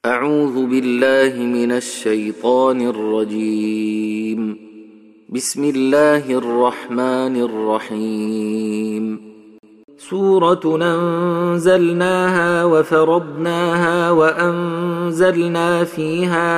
أعوذ بالله من الشيطان الرجيم. بسم الله الرحمن الرحيم. سورة أنزلناها وفرضناها وأنزلنا فيها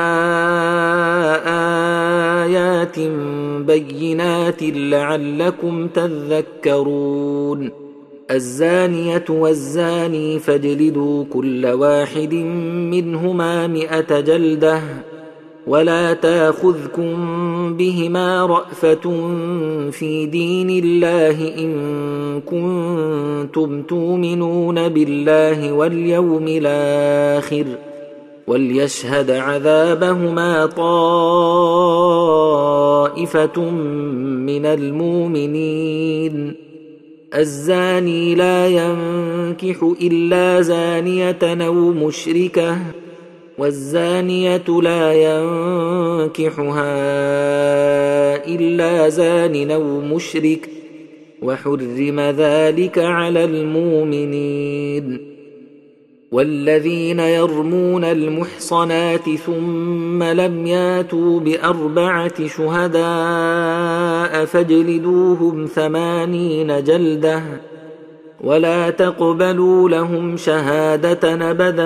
آيات بينات لعلكم تذكرون. الزانية والزاني فاجلدوا كل واحد منهما 100 جلدة ولا تاخذكم بهما رأفة في دين الله إن كنتم تؤمنون بالله واليوم الآخر وليشهد عذابهما طائفة من المؤمنين. الزاني لا ينكح إلا زانية أو مشركة والزانية لا ينكحها إلا زان أو مشرك وحرم ذلك على المؤمنين. والذين يرمون المحصنات ثم لم ياتوا ب4 شهداء فاجلدوهم 80 جلدة ولا تقبلوا لهم شهادة أبدا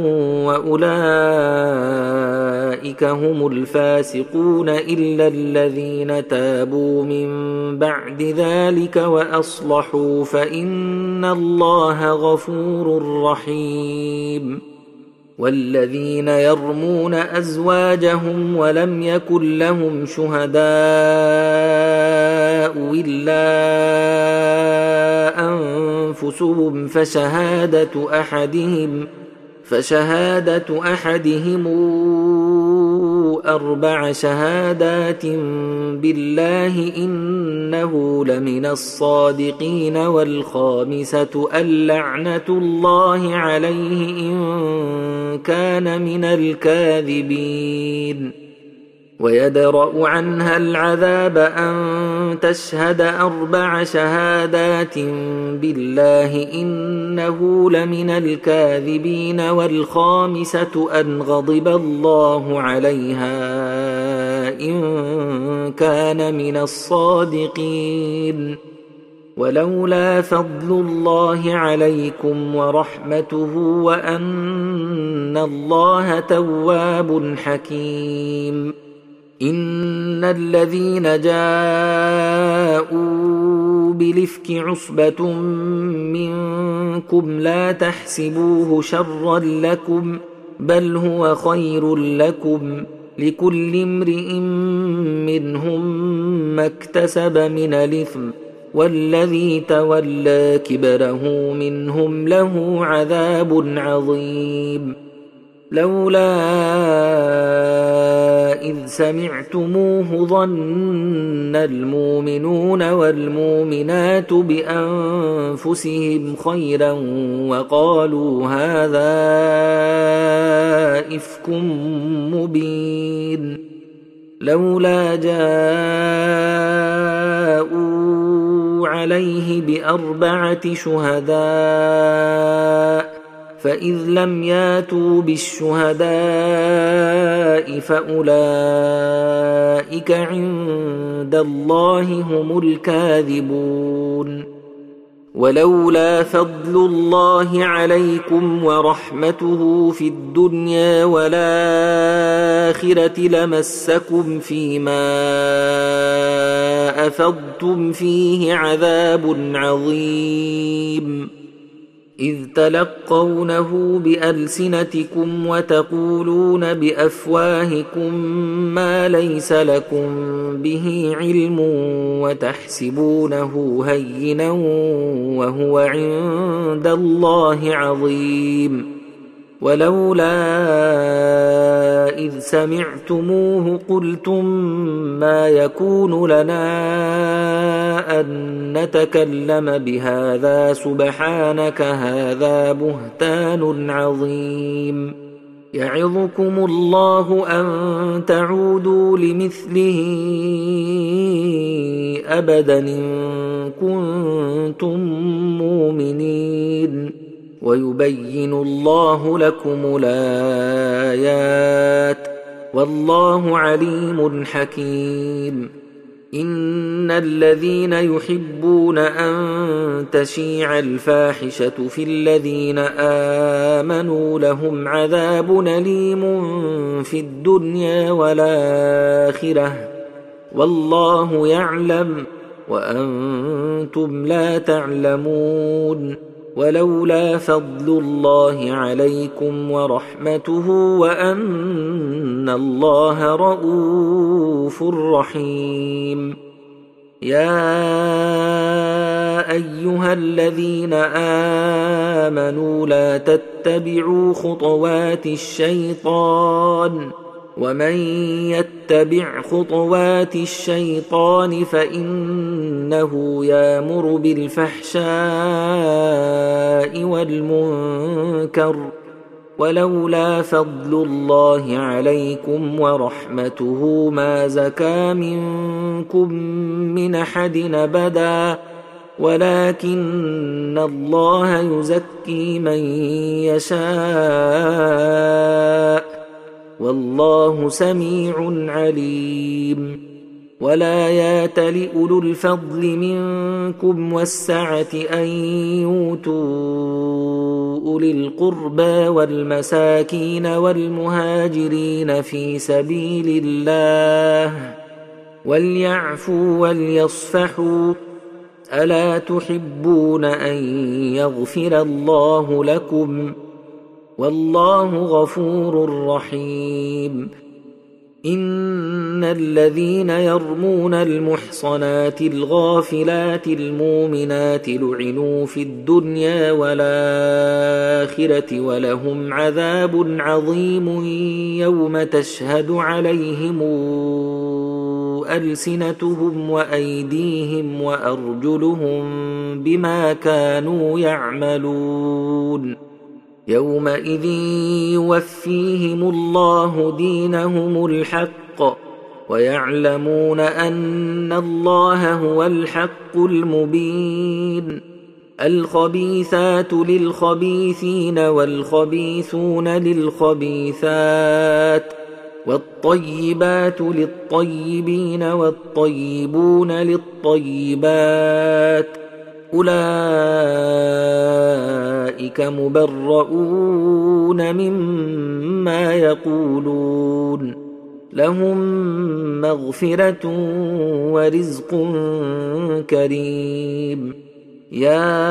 وأولئك هم الفاسقون إلا الذين تابوا من بعد ذلك وأصلحوا فإن الله غفور رحيم. والذين يرمون أزواجهم ولم يكن لهم شهداء إلا أنفسهم فشهادة أحدهم 4 شهادات بالله إنه لمن الصادقين. والخامسة اللعنة الله عليه إن كان من الكاذبين. ويدرأ عنها العذاب أن تشهد 4 شهادات بالله إنه لمن الكاذبين. والخامسة أن غضب الله عليها إن كان من الصادقين. ولولا فضل الله عليكم ورحمته وأن الله تواب حكيم. إن الذين جاءوا بالإفك عصبة منكم لا تحسبوه شرا لكم بل هو خير لكم لكل امرئ منهم ما اكتسب من الإثم والذي تولى كبره منهم له عذاب عظيم. لولا إذ سمعتموه ظن المؤمنون والمؤمنات بأنفسهم خيرا وقالوا هذا إفك مبين. لولا جاءوا عليه ب4 شهداء فإذ لم ياتوا بالشهداء فأولئك عند الله هم الكاذبون. ولولا فضل الله عليكم ورحمته في الدنيا والآخرة لمسكم فيما أفضتم فيه عذاب عظيم. إذ تلقونه بألسنتكم وتقولون بأفواهكم ما ليس لكم به علم وتحسبونه هينا وهو عند الله عظيم. ولولا إذ سمعتموه قلتم ما يكون لنا أن نتكلم بهذا سبحانك هذا بهتان عظيم. يعظكم الله أن تعودوا لمثله أبدا إن كنتم مؤمنين. ويبين الله لكم الآيات والله عليم حكيم. إن الذين يحبون أن تشيع الفاحشة في الذين آمنوا لهم عذاب أليم في الدنيا والآخرة والله يعلم وأنتم لا تعلمون. ولولا فضل الله عليكم ورحمته وأن الله رؤوف رحيم. يا أيها الذين آمنوا لا تتبعوا خطوات الشيطان ومن يتبع خطوات الشيطان فإنه يأمر بالفحشاء والمنكر ولولا فضل الله عليكم ورحمته ما زكى منكم من أحد أبدا ولكن الله يزكي من يشاء والله سميع عليم. ولا يات لأولو الفضل منكم والسعة أن يؤتوا أولي القربى والمساكين والمهاجرين في سبيل الله وليعفوا وليصفحوا ألا تحبون أن يغفر الله لكم والله غفور رحيم. إن الذين يرمون المحصنات الغافلات المؤمنات لعنوا في الدنيا والآخرة ولهم عذاب عظيم يوم تشهد عليهم ألسنتهم وأيديهم وأرجلهم بما كانوا يعملون. يومئذ يوفيهم الله دينهم الحق ويعلمون أن الله هو الحق المبين. الخبيثات للخبيثين والخبيثون للخبيثات والطيبات للطيبين والطيبون للطيبات أولئك مبرؤون مما يقولون لهم مغفرة ورزق كريم. يا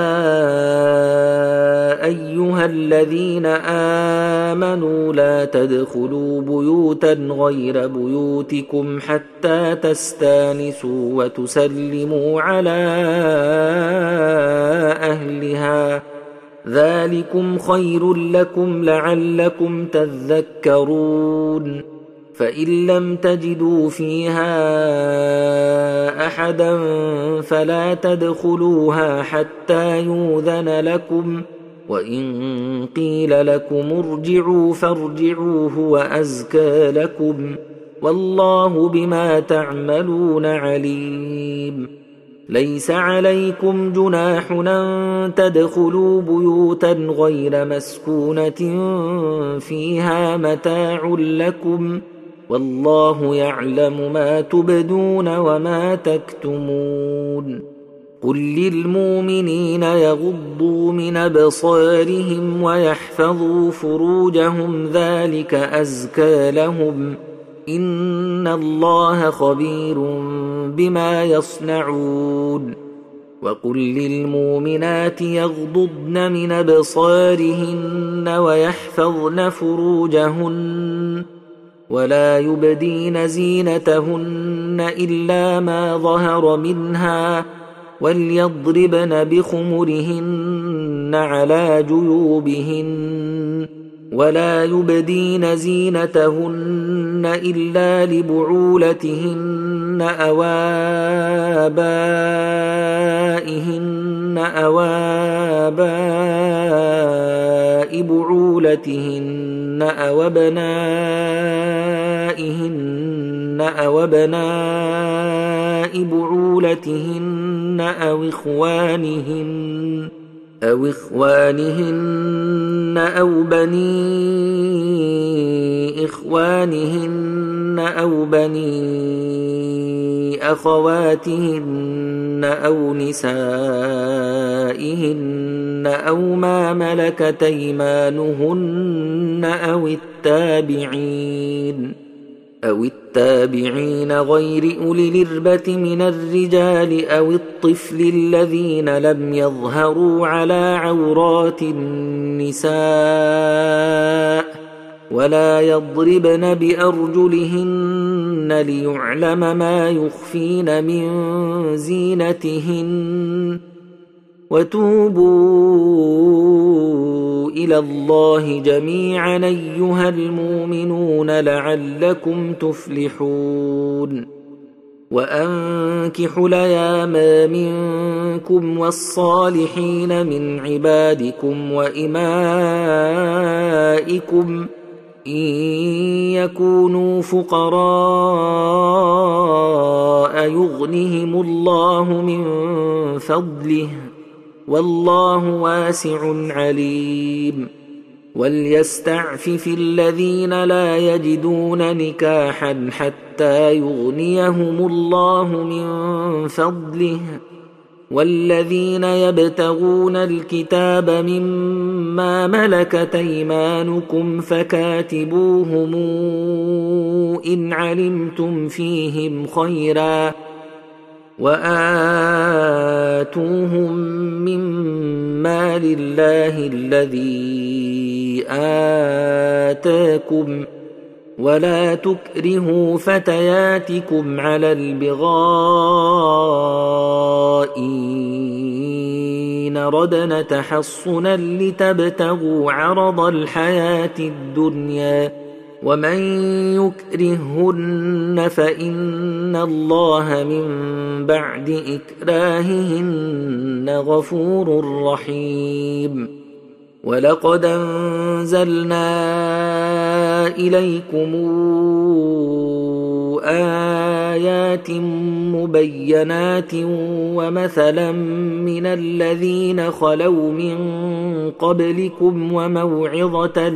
أيها الذين آمنوا لا تدخلوا بيوتا غير بيوتكم حتى تستانسوا وتسلموا على أهلها ذلكم خير لكم لعلكم تذكرون. فإن لم تجدوا فيها أحدا فلا تدخلوها حتى يؤذن لكم وإن قيل لكم ارجعوا فارجعوا هو أزكى لكم والله بما تعملون عليم. ليس عليكم جناح أن تدخلوا بيوتا غير مسكونة فيها متاع لكم والله يعلم ما تبدون وما تكتمون. قل للمؤمنين يغضوا من أبصارهم ويحفظوا فروجهم ذلك أزكى لهم إن الله خبير بما يصنعون. وقل للمؤمنات يغضضن من أبصارهن ويحفظن فروجهن ولا يبدين زينتهن إلا ما ظهر منها وليضربن بخمرهن على جيوبهن ولا يبدين زينتهن إلا لبعولتهن أو آبائهن أو آباء بعولتهن أو أبنائهن أو أبناء بعولتهن أو إخوانهن أو بني إخوانهن أو بني أخواتهن أو نسائهن أو ما ملكت أيمانهن أو التابعين غير أولي الإربة من الرجال أو الطفل الذين لم يظهروا على عورات النساء ولا يضربن بأرجلهن ليعلم ما يخفين من زينتهن وتوبوا إلى الله جميعا أيها المؤمنون لعلكم تفلحون وأنكحوا الأيام منكم والصالحين من عبادكم وإمائكم إن يكونوا فقراء يغنهم الله من فضله والله واسع عليم وليستعفف الذين لا يجدون نكاحا حتى يغنيهم الله من فضله والذين يبتغون الكتاب مما ملكت أيمانكم فكاتبوهم إن علمتم فيهم خيرا وآتوهم مما لله الذي آتاكم ولا تكرهوا فتياتكم على البغاء إن ردنا تحصنا لتبتغوا عرض الحياة الدنيا ومن يكرهن فإن الله من بعد إكراههن غفور رحيم ولقد أنزلنا إليكم آيات مبينات ومثلا من الذين خلوا من قبلكم وموعظة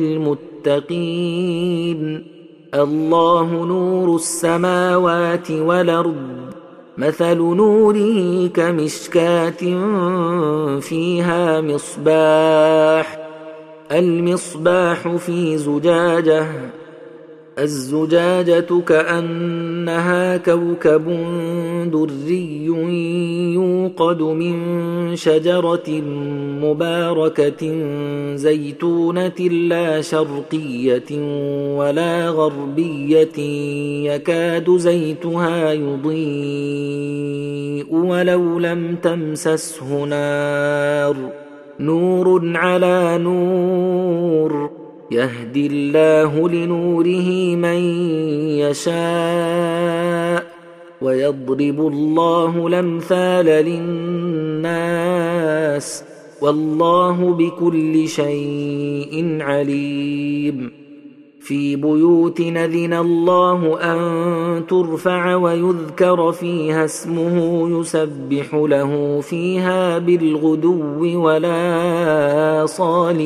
للمتقين الله نور السماوات والأرض مثل نوره كمشكاة فيها المصباح في زجاجة الزجاجة كأنها كوكب دري يوقد من شجرة مباركة زيتونة لا شرقية ولا غربية يكاد زيتها يضيء ولو لم تمسسه نور على نور يهدي الله لنوره من يشاء ويضرب الله الأمثال للناس والله بكل شيء عليم في بيوت أذن الله أن ترفع ويذكر فيها اسمه يسبح له فيها بالغدو والآصال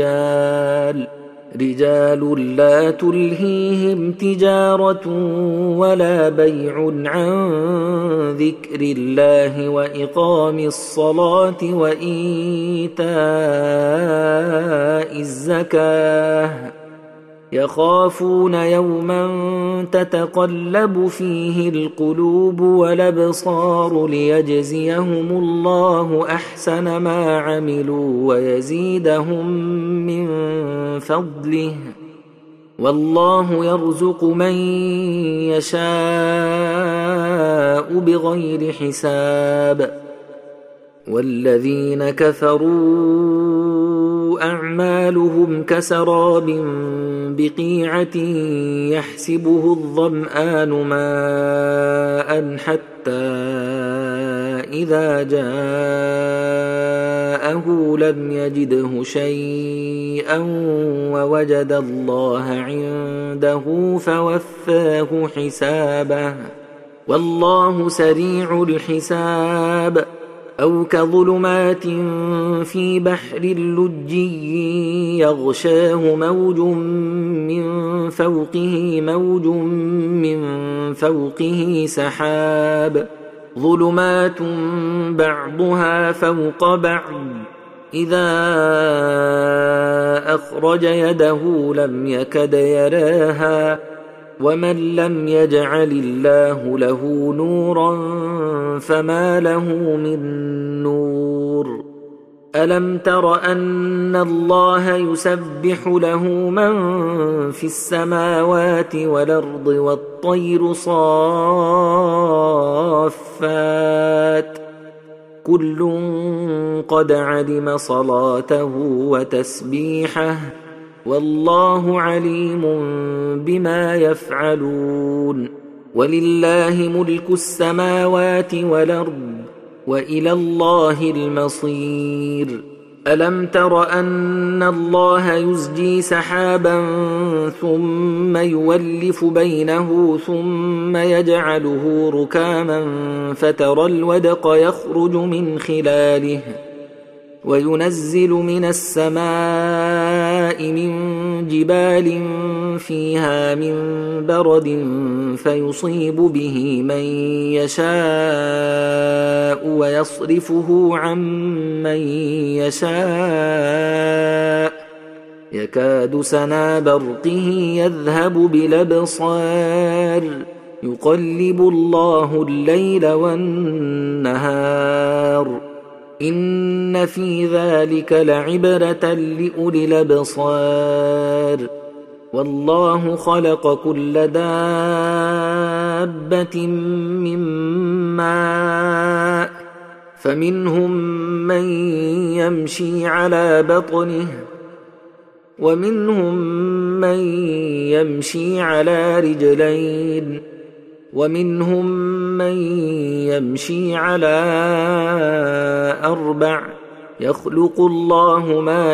رجال لا تلهيهم تجارة ولا بيع عن ذكر الله وإقام الصلاة وإيتاء الزكاة يخافون يوما تتقلب فيه القلوب والأبصار ليجزيهم الله أحسن ما عملوا ويزيدهم من فضله والله يرزق من يشاء بغير حساب والذين كفروا أعمالهم كسراب بقيعة يحسبه الظمآن ماء حتى إذا جاءه لم يجده شيئا ووجد الله عنده فوفاه حسابه والله سريع الحساب أو كظلمات في بحر لجي يغشاه موج من فوقه موج من فوقه سحاب ظلمات بعضها فوق بعض إذا أخرج يده لم يكد يراها ومن لم يجعل الله له نورا فما له من نور ألم تر أن الله يسبح له من في السماوات والأرض والطير صافات كل قد علم صلاته وتسبيحه والله عليم بما يفعلون ولله ملك السماوات والأرض وإلى الله المصير ألم تر أن الله يزجي سحابا ثم يولف بينه ثم يجعله ركاما فترى الودق يخرج من خلاله وينزل من السماء من جبال فيها من برد فيصيب به من يشاء ويصرفه عن من يشاء يكاد سنا برقه يذهب بالأبصار يقلب الله الليل والنهار إن في ذلك لعبرة لأولي الأبصار والله خلق كل دابة من ماء فمنهم من يمشي على بطنه ومنهم من يمشي على رجلين ومنهم من يمشي على أربع يخلق الله ما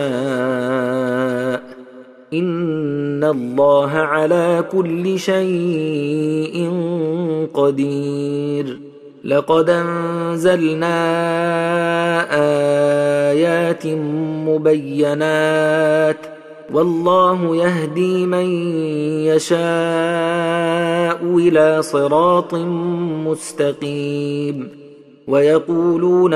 يشاء إن الله على كل شيء قدير لقد أنزلنا آيات مبينات والله يهدي من يشاء إلى صراط مستقيم ويقولون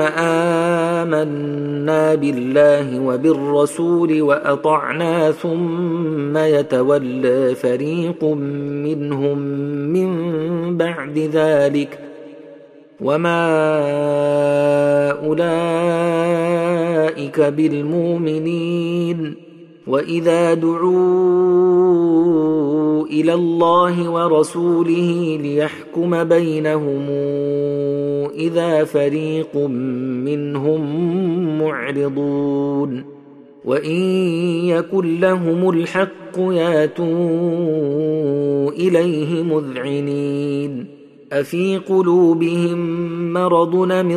آمنا بالله وبالرسول وأطعنا ثم يتولى فريق منهم من بعد ذلك وما أولئك بالمؤمنين وإذا دعوا إلى الله ورسوله ليحكم بينهم إذا فريق منهم معرضون وإن يكن لهم الحق ياتوا إليه مذعنين أفي قلوبهم مرض أم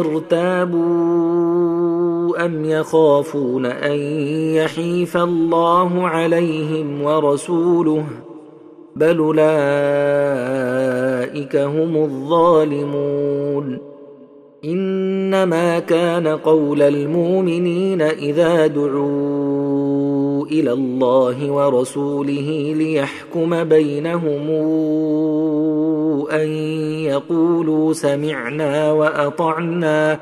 ارتابوا أم يخافون أن يحيف الله عليهم ورسوله بل أولئك هم الظالمون إنما كان قول المؤمنين إذا دعوا إلى الله ورسوله ليحكم بينهم أن يقولوا سمعنا وأطعنا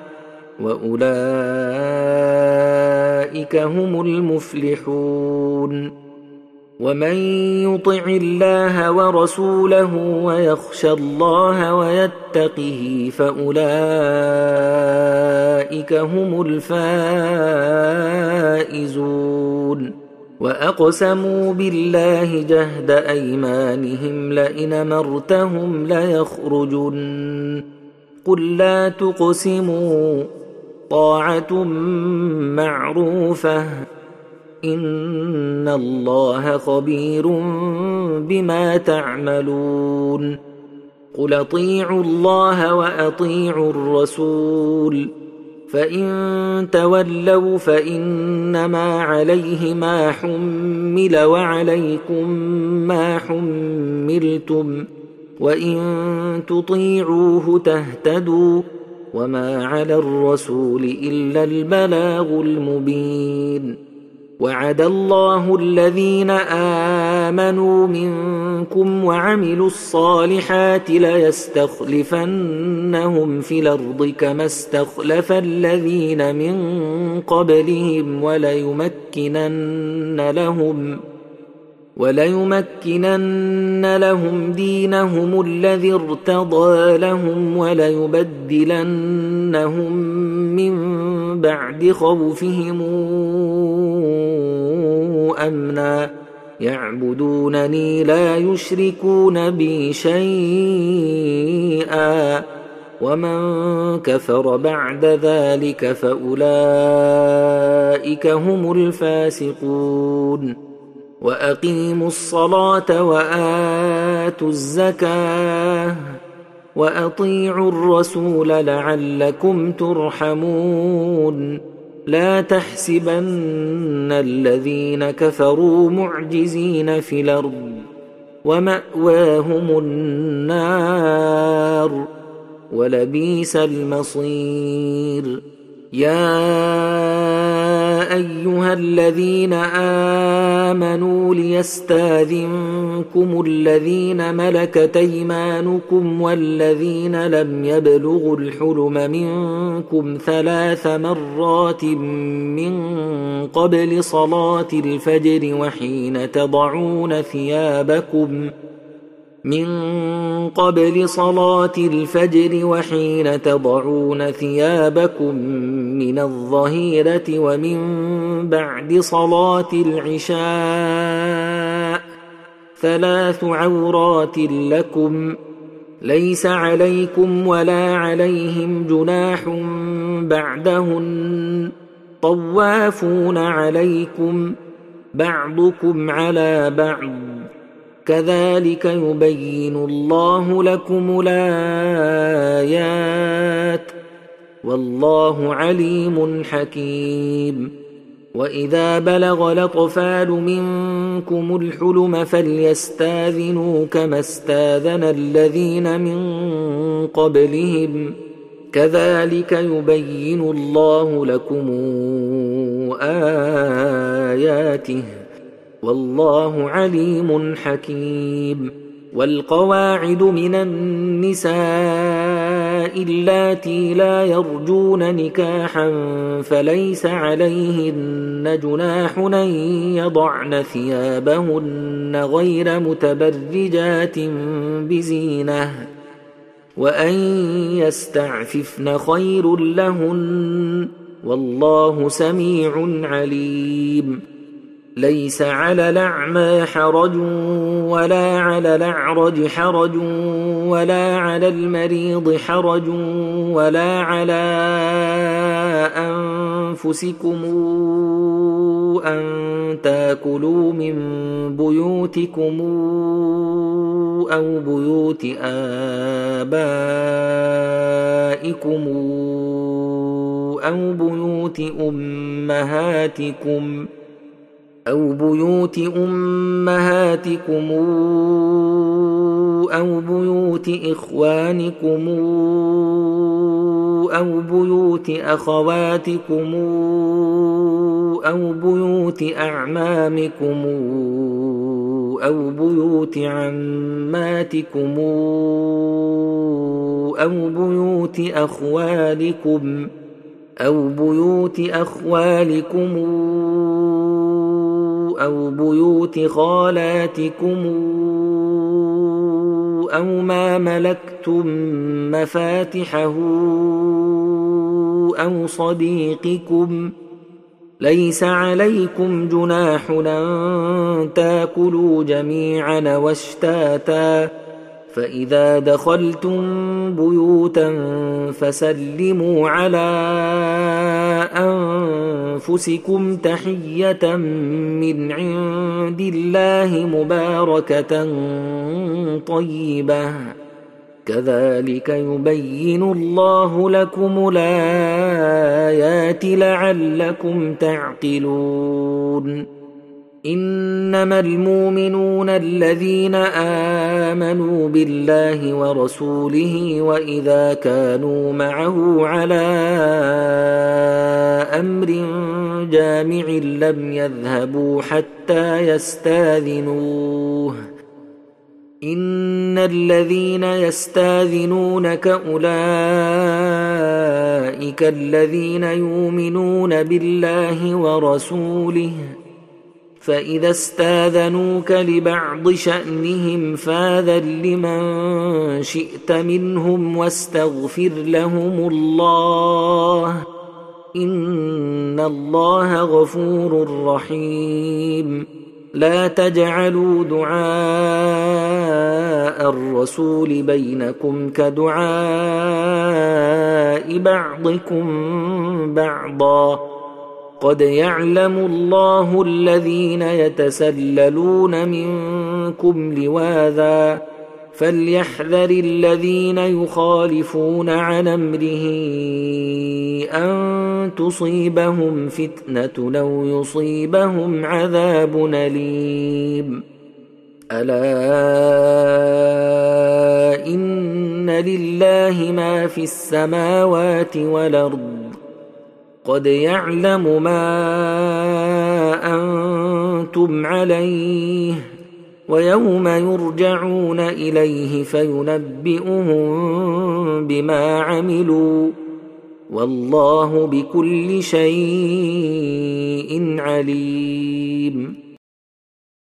وأولئك هم المفلحون ومن يطع الله ورسوله ويخشى الله ويتقه فأولئك هم الفائزون وأقسموا بالله جهد أيمانهم لئن أمرتهم ليخرجن قل لا تقسموا طاعة معروفة إن الله خبير بما تعملون قل أطيعوا الله وأطيعوا الرسول فإن تولوا فإنما عليه ما حمل وعليكم ما حملتم وإن تطيعوه تهتدوا وما على الرسول إلا البلاغ المبين وعد الله الذين آمنوا منكم وعملوا الصالحات ليستخلفنهم في الأرض كما استخلف الذين من قبلهم وليمكنن لهم دينهم الذي ارتضى لهم وليبدلنهم من بعد خوفهم أمنا يعبدونني لا يشركون بي شيئا ومن كفر بعد ذلك فأولئك هم الفاسقون وأقيموا الصلاة وآتوا الزكاة وأطيعوا الرسول لعلكم ترحمون لا تحسبن الذين كفروا معجزين في الأرض ومأواهم النار ولبئس المصير يا أيها الذين آمنوا ليستاذنكم الذين ملكت أيمانكم والذين لم يبلغوا الحلم منكم 3 مرات من قبل صلاة الفجر وحين تضعون ثيابكم من الظهيرة ومن بعد صلاة العشاء 3 عورات لكم ليس عليكم ولا عليهم جناح بعدهن طوافون عليكم بعضكم على بعض كذلك يبين الله لكم الآيات والله عليم حكيم وإذا بلغ الأطفال منكم الحلم فليستاذنوا كما استاذن الذين من قبلهم كذلك يبين الله لكم آياته والله عليم حكيم والقواعد من النساء اللاتي لا يرجون نكاحا فليس عليهن جناح أن يضعن ثيابهن غير متبرجات بزينة وأن يستعففن خير لهن والله سميع عليم ليس على الأعمى حرج ولا على الأعرج حرج ولا على المريض حرج ولا على أنفسكم أن تأكلوا من بيوتكم أو بيوت آبائكم أو بيوت أمهاتكم أو بيوت إخوانكم أو بيوت أخواتكم أو بيوت أعمامكم أو بيوت عماتكم أو بيوت أخوالكم أو بيوت خالاتكم أو ما ملكتم مفاتحه أو صديقكم ليس عليكم جناح أن تأكلوا جميعا واشتاتا فإذا دخلتم بيوتا فسلموا على أنفسكم تحية من عند الله مباركة طيبة كذلك يبين الله لكم الآيات لعلكم تعقلون إنما المؤمنون الذين آمنوا بالله ورسوله وإذا كانوا معه على أمر جامع لم يذهبوا حتى يستاذنوه إن الذين يستاذنونك أولئك الذين يؤمنون بالله ورسوله فإذا استاذنوك لبعض شأنهم فاذن لمن شئت منهم واستغفر لهم الله إن الله غفور رحيم لا تجعلوا دعاء الرسول بينكم كدعاء بعضكم بعضا قد يعلم الله الذين يتسللون منكم لواذا فليحذر الذين يخالفون عن أمره أن تصيبهم فتنة أو يصيبهم عذاب أليم ألا إن لله ما في السماوات والأرض قد يعلم ما أنتم عليه ويوم يرجعون إليه فينبئهم بما عملوا والله بكل شيء عليم